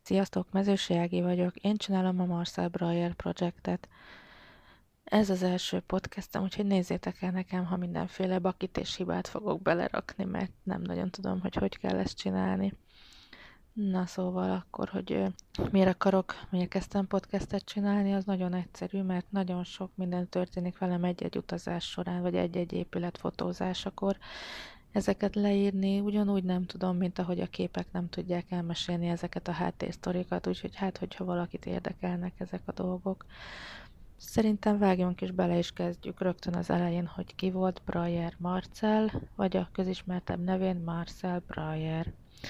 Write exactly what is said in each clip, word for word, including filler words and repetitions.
Sziasztok, Mezősi Ági vagyok, én csinálom a Marcel Breuer projektet. Ez az első podcastom, úgyhogy nézzétek el nekem, ha mindenféle bakit és hibát fogok belerakni, mert nem nagyon tudom, hogy hogy kell ezt csinálni. Na szóval akkor, hogy ö, miért akarok, miért kezdtem podcastet csinálni, az nagyon egyszerű, mert nagyon sok minden történik velem egy-egy utazás során, vagy egy-egy épület fotózásakor. Ezeket leírni ugyanúgy nem tudom, mint ahogy a képek nem tudják elmesélni ezeket a háttérsztorikat, úgyhogy hát, hogyha valakit érdekelnek ezek a dolgok. Szerintem vágjunk is bele, és kezdjük rögtön az elején, hogy ki volt Breuer Marcel, vagy a közismertebb nevén Marcel Breuer.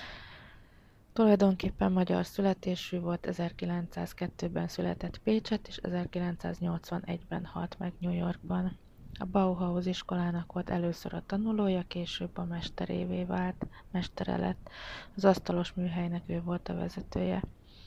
Tulajdonképpen magyar születésű volt, ezerkilencszázkettőben született Pécset, és ezerkilencszáznyolcvanegyben halt meg New Yorkban. A Bauhaus iskolának volt először a tanulója, később a mesterévé vált, mestere lett. Az asztalos műhelynek ő volt a vezetője.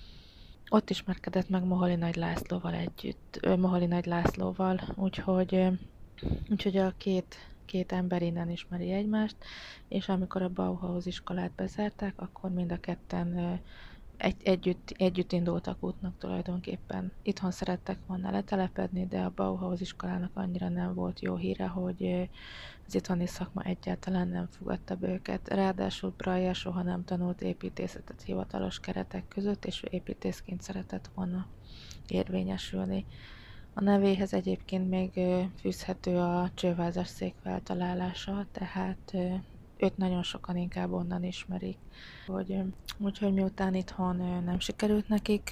Ott ismerkedett meg Moholi Nagy Lászlóval együtt, ő Moholi Nagy Lászlóval, úgyhogy, úgyhogy a két, két ember innen ismeri egymást, és amikor a Bauhaus iskolát bezárták, akkor mind a ketten egy, együtt, együtt indultak útnak tulajdonképpen. Itthon szerettek volna letelepedni, de a Bauhaus iskolának annyira nem volt jó híre, hogy az itthoni szakma egyáltalán nem fogadta be őket. Ráadásul Breuer soha nem tanult építészetet hivatalos keretek között, és ő építészként szeretett volna érvényesülni. A nevéhez egyébként még fűzhető a csővázas szék feltalálása, tehát őt nagyon sokan inkább onnan ismerik. Hogy, úgyhogy miután itthon nem sikerült nekik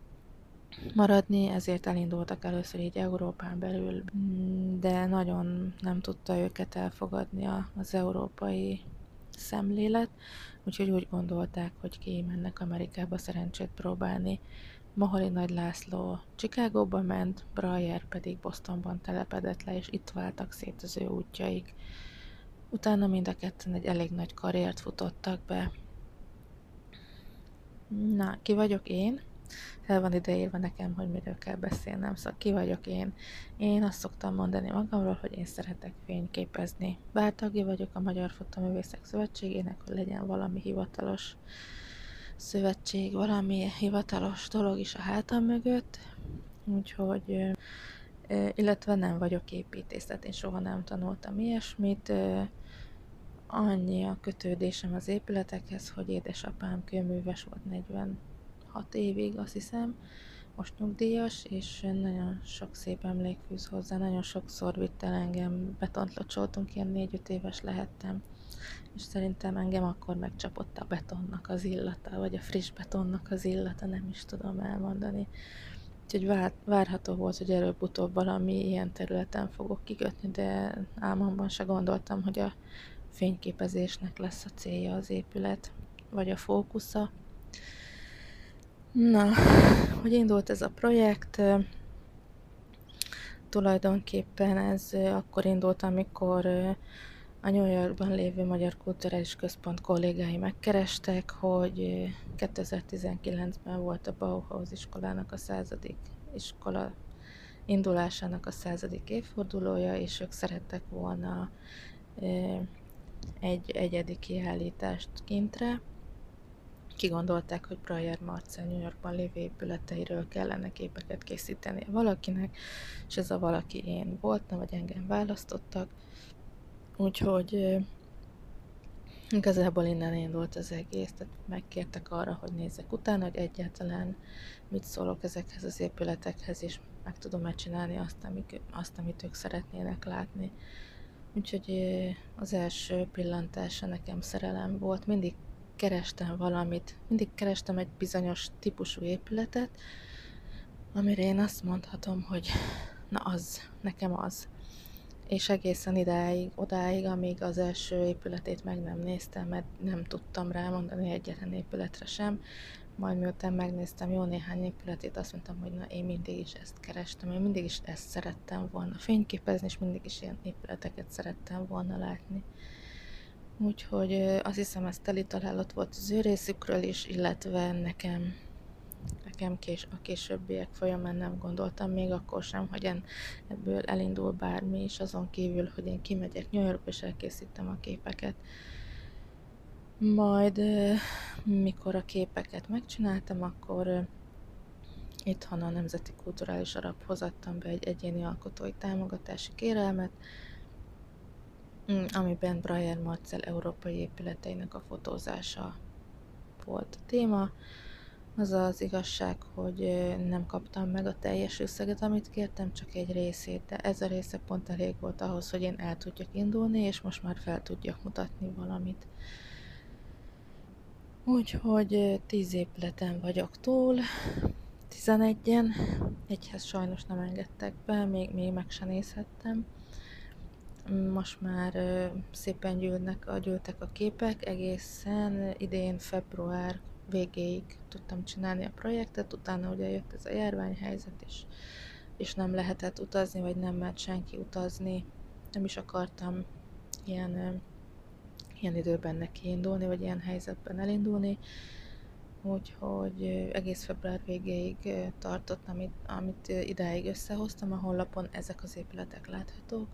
maradni, ezért elindultak először így Európán belül, de nagyon nem tudta őket elfogadni az európai szemlélet, úgyhogy úgy gondolták, hogy kimennek Amerikába szerencsét próbálni. Moholi Nagy László Chicagóba ment, Breuer pedig Bostonban telepedett le, és itt váltak szét az ő útjaik. Utána mind a ketten egy elég nagy karriert futottak be. Na, ki vagyok én? El van ideírva nekem, hogy miről kell beszélnem, szóval ki vagyok én. Én azt szoktam mondani magamról, hogy én szeretek fényképezni. Bár tagja vagyok a Magyar Fotóművészek Szövetségének, hogy legyen valami hivatalos szövetség, valami hivatalos dolog is a hátam mögött, úgyhogy, illetve nem vagyok építész, tehát én soha nem tanultam ilyesmit. Annyi a kötődésem az épületekhez, hogy édesapám kőműves volt negyvenhat évig, azt hiszem, most nyugdíjas, és nagyon sok szép emlék fűz hozzá, nagyon sokszor vitt el engem, betont locsoltunk, ilyen négy-öt éves lehettem, és szerintem engem akkor megcsapott a betonnak az illata, vagy a friss betonnak az illata, nem is tudom elmondani. Úgyhogy vár, várható volt, hogy előbb-utóbb valami ilyen területen fogok kikötni, de álmomban se gondoltam, hogy a fényképezésnek lesz a célja az épület, vagy a fókusza. Na, hogy indult ez a projekt? Tulajdonképpen ez akkor indult, amikor a New Yorkban lévő Magyar Kulturális Központ kollégái megkerestek, hogy kétezer-tizenkilencben volt a Bauhaus iskolának a századik iskola indulásának a századik évfordulója, és ők szerettek volna egy egyedi kiállítást kintre. Kigondolták, hogy Breuer Marcel New Yorkban lévő épületeiről kellene képeket készíteni valakinek, és ez a valaki én voltam, vagy engem választottak. Úgyhogy igazából innen indult az egész, tehát megkértek arra, hogy nézzek utána, hogy egyáltalán mit szólok ezekhez az épületekhez, és meg tudom-e csinálni azt, amik, azt, amit ők szeretnének látni. Úgyhogy az első pillantása nekem szerelem volt, mindig kerestem valamit, mindig kerestem egy bizonyos típusú épületet, amire én azt mondhatom, hogy na az, nekem az. És egészen idáig, odáig, amíg az első épületét meg nem néztem, mert nem tudtam rámondani egyetlen épületre sem. Majd miután megnéztem jó néhány épületét, azt mondtam, hogy na, én mindig is ezt kerestem, én mindig is ezt szerettem volna fényképezni, és mindig is ilyen épületeket szerettem volna látni. Úgyhogy azt hiszem, ez teli találat volt az ő részükről is, illetve nekem, nekem kés, a későbbiek folyamán nem gondoltam még akkor sem, hogy ebből elindul bármi is, azon kívül, hogy én kimegyek New Yorkba és elkészítem a képeket. Majd mikor a képeket megcsináltam, akkor itthon a Nemzeti Kulturális Alaphoz adtam be egy egyéni alkotói támogatási kérelmet, amiben Breuer Marcell európai épületeinek a fotózása volt a téma. Az az igazság, hogy nem kaptam meg a teljes összeget, amit kértem, csak egy részét, de ez a része pont elég volt ahhoz, hogy én el tudjak indulni, és most már fel tudjak mutatni valamit. Úgyhogy tíz épületen vagyok túl, tizenegyen, egyhez sajnos nem engedtek be, még, még meg se nézhettem. Most már szépen gyűlnek a, gyűltek a képek, egészen idén február végéig tudtam csinálni a projektet, utána ugye jött ez a járványhelyzet is, és nem lehetett utazni, vagy nem mert senki utazni, nem is akartam ilyen, ilyen időben neki indulni, vagy ilyen helyzetben elindulni, úgyhogy egész február végéig tartott, amit, amit idáig összehoztam, a honlapon ezek az épületek láthatók.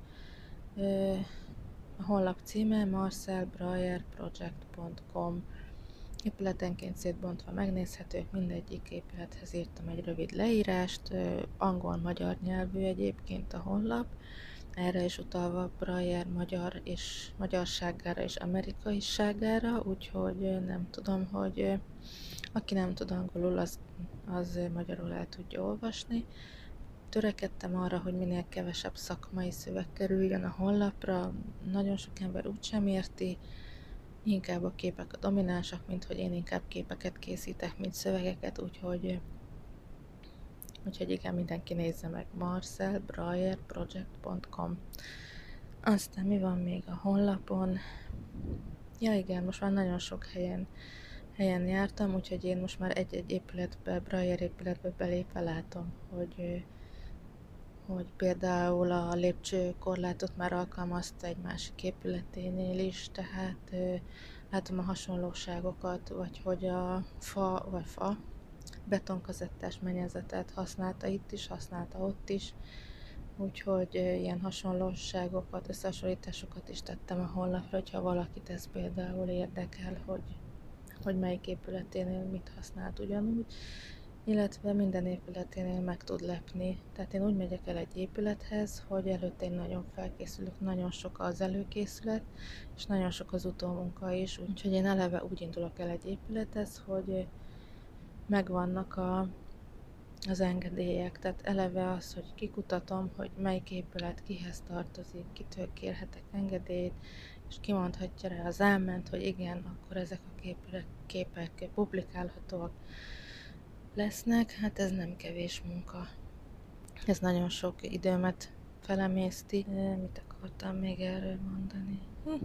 A honlap címe marcel breuer project pont com. Épületenként szétbontva megnézhetők, mindegyik épülethez írtam egy rövid leírást, angol-magyar nyelvű egyébként a honlap, erre is utalva Breuer magyar és magyarságára és amerikaiságára, úgyhogy nem tudom, hogy aki nem tud angolul, az, az magyarul el tudja olvasni. Törekedtem arra, hogy minél kevesebb szakmai szöveg kerüljön a honlapra, nagyon sok ember úgysem érti, inkább a képek a dominánsak, mint hogy én inkább képeket készítek, mint szövegeket, úgyhogy, úgyhogy igen, mindenki nézze meg marcel breuer project pont com. Aztán mi van még a honlapon? Ja igen, most már nagyon sok helyen, helyen jártam, úgyhogy én most már egy-egy épületbe, Breuer épületbe belépve látom, hogy hogy például a lépcsőkorlátot már alkalmazta egy másik épületénél is, tehát ö, látom a hasonlóságokat, vagy hogy a fa, vagy fa, betonkazettás mennyezetet használta itt is, használta ott is, úgyhogy ö, ilyen hasonlóságokat, összehasonlításokat is tettem a honlapra, hogyha valakit ez például érdekel, hogy, hogy melyik épületénél mit használt ugyanúgy, illetve minden épületénél meg tud lepni. Tehát én úgy megyek el egy épülethez, hogy előtte én nagyon felkészülök, nagyon sok az előkészület, és nagyon sok az utómunka is, úgyhogy én eleve úgy indulok el egy épülethez, hogy megvannak a, az engedélyek, tehát eleve az, hogy kikutatom, hogy melyik épület kihez tartozik, kitől kérhetek engedélyt, és kimondhatja rá az áment, hogy igen, akkor ezek a képek, képek publikálhatóak lesznek, hát ez nem kevés munka. Ez nagyon sok időmet felemészti. Mit akartam még erről mondani?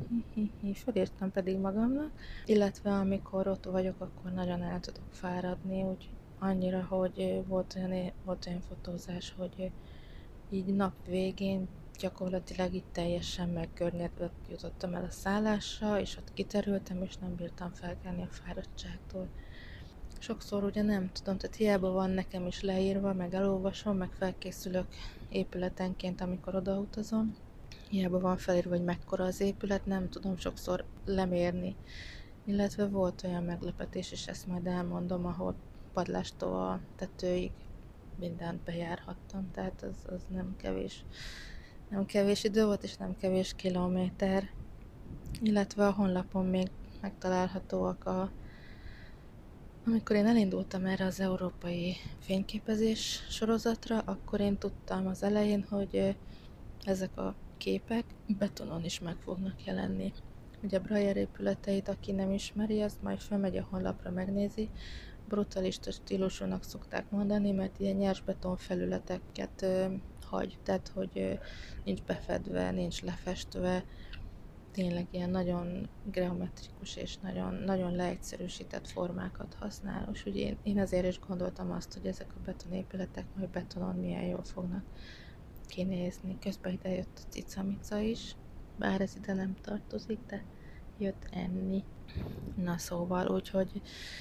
Felírtam pedig magamnak. Illetve amikor ott vagyok, akkor nagyon el tudok fáradni, úgy annyira, hogy volt olyan, volt olyan fotózás, hogy így nap végén gyakorlatilag itt teljesen megkörnyedve jutottam el a szállásra, és ott kiterültem, és nem bírtam felkelni a fáradtságtól. Sokszor ugye nem tudom, tehát hiába van nekem is leírva, meg elolvasom, meg felkészülök épületenként, amikor odautazom. Hiába van felírva, hogy mekkora az épület, nem tudom sokszor lemérni. Illetve volt olyan meglepetés, és ezt majd elmondom, ahol padlástól a tetőig mindent bejárhattam, tehát az, az nem kevés. Nem kevés idő volt, és nem kevés kilométer. Illetve a honlapon még megtalálhatóak a Amikor én elindultam erre az európai fényképezés sorozatra, akkor én tudtam az elején, hogy ezek a képek betonon is meg fognak jelenni. Ugye a Breuer épületeit, aki nem ismeri, az majd felmegy a honlapra, megnézi. Brutalista stílusúnak szokták mondani, mert ilyen nyers beton felületeket ö, hagy, tehát hogy ö, nincs befedve, nincs lefestve, tényleg ilyen nagyon geometrikus és nagyon, nagyon leegyszerűsített formákat használ. És ugye én, én azért is gondoltam azt, hogy ezek a betonépületek majd betonon milyen jól fognak kinézni. Közben ide jött a cicamica is, bár ez ide nem tartozik, de jött enni. Na szóval, úgyhogy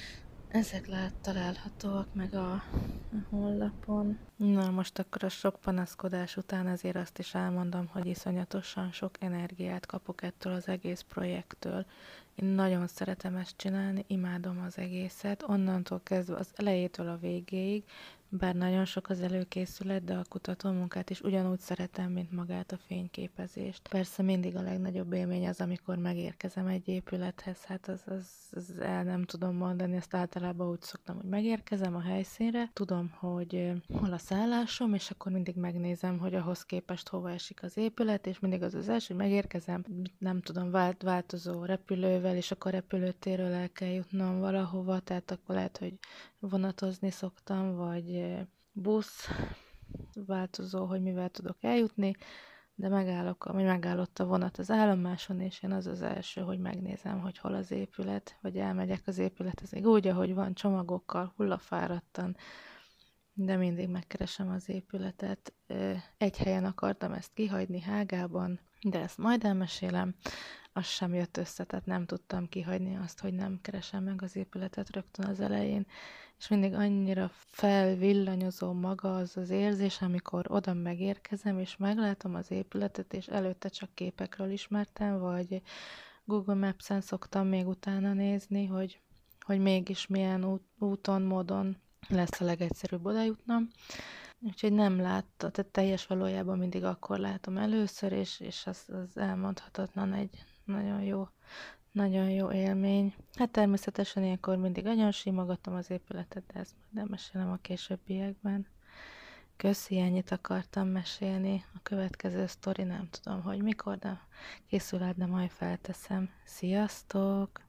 Ezek lát találhatóak meg a, a honlapon. Na, most akkor a sok panaszkodás után azért azt is elmondom, hogy iszonyatosan sok energiát kapok ettől az egész projekttől. Én nagyon szeretem ezt csinálni, imádom az egészet, onnantól kezdve az elejétől a végéig, bár nagyon sok az előkészület, de a kutatómunkát is ugyanúgy szeretem, mint magát a fényképezést. Persze mindig a legnagyobb élmény az, amikor megérkezem egy épülethez, hát az, az, az el nem tudom mondani, ezt általában úgy szoktam, hogy megérkezem a helyszínre, tudom, hogy hol a szállásom, és akkor mindig megnézem, hogy ahhoz képest hova esik az épület, és mindig az az első, hogy megérkezem, nem tudom, vált, változó repülővel, és akkor repülőtérről el kell jutnom valahova, tehát akkor lehet, hogy vonatozni szoktam, vagy busz, változó, hogy mivel tudok eljutni, de megállok, ami megállott a vonat az állomáson, és én az az első, hogy megnézem, hogy hol az épület, vagy elmegyek az épülethez, még úgy, ahogy van, csomagokkal, hullafáradtan, de mindig megkeresem az épületet. Egy helyen akartam ezt kihagyni, Hágában, de ezt majd elmesélem. Az sem jött össze, tehát nem tudtam kihagyni azt, hogy nem keresem meg az épületet rögtön az elején. És mindig annyira felvillanyozó maga az az érzés, amikor oda megérkezem, és meglátom az épületet, és előtte csak képekről ismertem, vagy Google Maps-en szoktam még utána nézni, hogy, hogy mégis milyen út, úton, módon lesz a legegyszerűbb odajutnom. Úgyhogy nem látta, tehát teljes valójában mindig akkor látom először, és, és az, az elmondhatatlan egy nagyon jó, nagyon jó élmény. Hát természetesen ilyenkor mindig nagyon simogatom az épületet, de ezt majd nem mesélem a későbbiekben. Köszi, ennyit akartam mesélni. A következő sztori nem tudom, hogy mikor, de készül át, de majd felteszem. Sziasztok!